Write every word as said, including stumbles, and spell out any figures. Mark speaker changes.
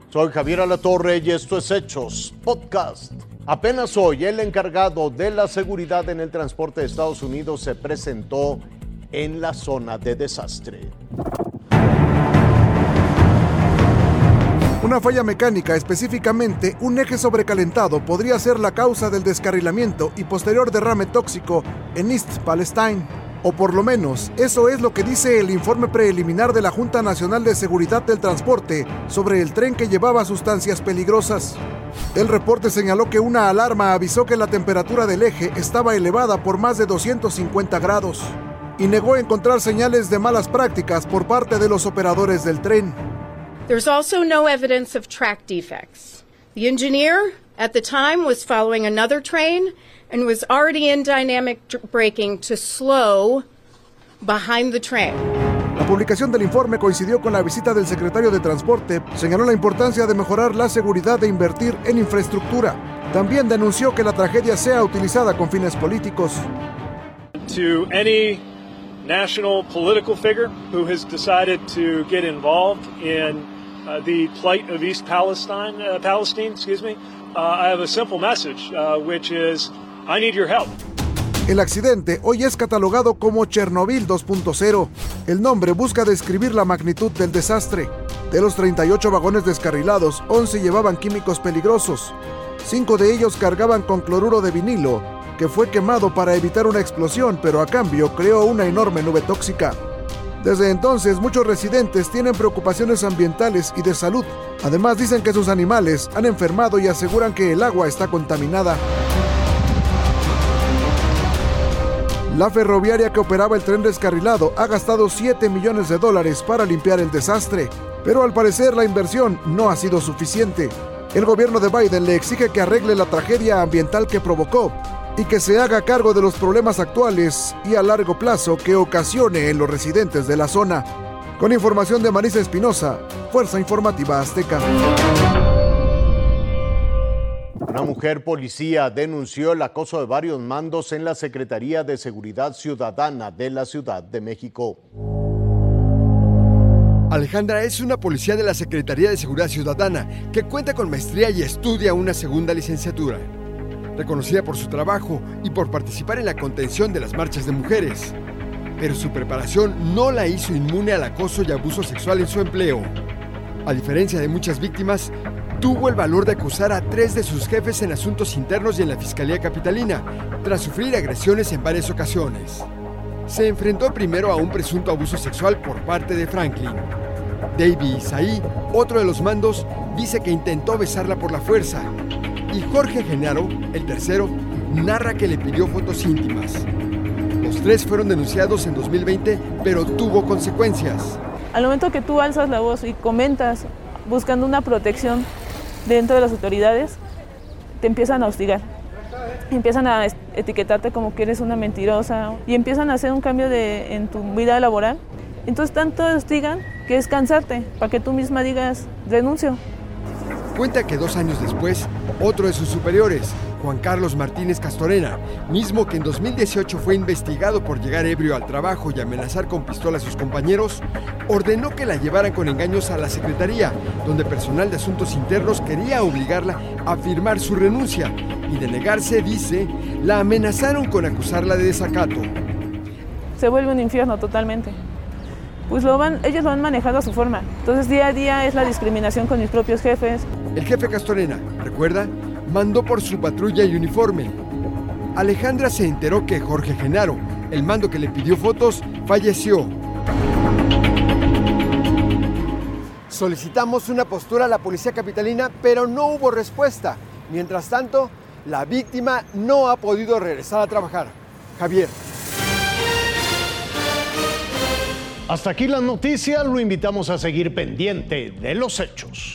Speaker 1: Soy Javier Alatorre y esto es Hechos Podcast. Apenas hoy, el encargado de la seguridad en el transporte de Estados Unidos se presentó en la zona de desastre.
Speaker 2: Una falla mecánica, específicamente un eje sobrecalentado, podría ser la causa del descarrilamiento y posterior derrame tóxico en East Palestine. O por lo menos, eso es lo que dice el informe preliminar de la Junta Nacional de Seguridad del Transporte sobre el tren que llevaba sustancias peligrosas. El reporte señaló que una alarma avisó que la temperatura del eje estaba elevada por más de doscientos cincuenta grados y negó encontrar señales de malas prácticas por parte de los operadores del tren.
Speaker 3: There's also no evidence of track defects. The engineer at the time was following another train and was already in dynamic braking to slow behind the train.
Speaker 2: La publicación del informe coincidió con la visita del secretario de Transporte. Señaló la importancia de mejorar la seguridad e invertir en infraestructura. También denunció que la tragedia sea utilizada con fines políticos.
Speaker 4: To any national political figure who has decided to get involved in uh, the plight of East Palestine, uh, Palestine, excuse me, uh, I have a simple message, uh, which is I need your help.
Speaker 2: El accidente hoy es catalogado como Chernobyl dos punto cero. El nombre busca describir la magnitud del desastre. De los treinta y ocho vagones descarrilados, once llevaban químicos peligrosos. Cinco de ellos cargaban con cloruro de vinilo, que fue quemado para evitar una explosión, pero a cambio creó una enorme nube tóxica. Desde entonces, muchos residentes tienen preocupaciones ambientales y de salud. Además, dicen que sus animales han enfermado y aseguran que el agua está contaminada. La ferroviaria que operaba el tren descarrilado ha gastado siete millones de dólares para limpiar el desastre, pero al parecer la inversión no ha sido suficiente. El gobierno de Biden le exige que arregle la tragedia ambiental que provocó y que se haga cargo de los problemas actuales y a largo plazo que ocasione en los residentes de la zona. Con información de Marisa Espinosa, Fuerza Informativa Azteca.
Speaker 1: Una mujer policía denunció el acoso de varios mandos en la Secretaría de Seguridad Ciudadana de la Ciudad de México.
Speaker 5: Alejandra es una policía de la Secretaría de Seguridad Ciudadana que cuenta con maestría y estudia una segunda licenciatura. Reconocida por su trabajo y por participar en la contención de las marchas de mujeres. Pero su preparación no la hizo inmune al acoso y abuso sexual en su empleo. A diferencia de muchas víctimas, tuvo el valor de acusar a tres de sus jefes en asuntos internos y en la Fiscalía Capitalina, tras sufrir agresiones en varias ocasiones. Se enfrentó primero a un presunto abuso sexual por parte de Franklin. David Isaí, otro de los mandos, dice que intentó besarla por la fuerza. Y Jorge Genaro, el tercero, narra que le pidió fotos íntimas. Los tres fueron denunciados en dos mil veinte, pero tuvo consecuencias.
Speaker 6: Al momento que tú alzas la voz y comentas buscando una protección dentro de las autoridades, te empiezan a hostigar. Empiezan a etiquetarte como que eres una mentirosa y empiezan a hacer un cambio de, en tu vida laboral. Entonces tanto hostigan que es cansarte para que tú misma digas renuncio.
Speaker 5: Cuenta que dos años después, otro de sus superiores, Juan Carlos Martínez Castorena, mismo que en dos mil dieciocho fue investigado por llegar ebrio al trabajo y amenazar con pistola a sus compañeros, ordenó que la llevaran con engaños a la Secretaría, donde personal de Asuntos Internos quería obligarla a firmar su renuncia, y de negarse, dice, la amenazaron con acusarla de desacato.
Speaker 6: Se vuelve un infierno totalmente. Pues lo van, ellos lo han manejado a su forma. Entonces día a día es la discriminación con mis propios jefes.
Speaker 5: El jefe Castorena, ¿recuerda? Mandó por su patrulla y uniforme. Alejandra se enteró que Jorge Genaro, el mando que le pidió fotos, falleció. Solicitamos una postura a la policía capitalina, pero no hubo respuesta. Mientras tanto, la víctima no ha podido regresar a trabajar. Javier.
Speaker 1: Hasta aquí las noticias, lo invitamos a seguir pendiente de los hechos.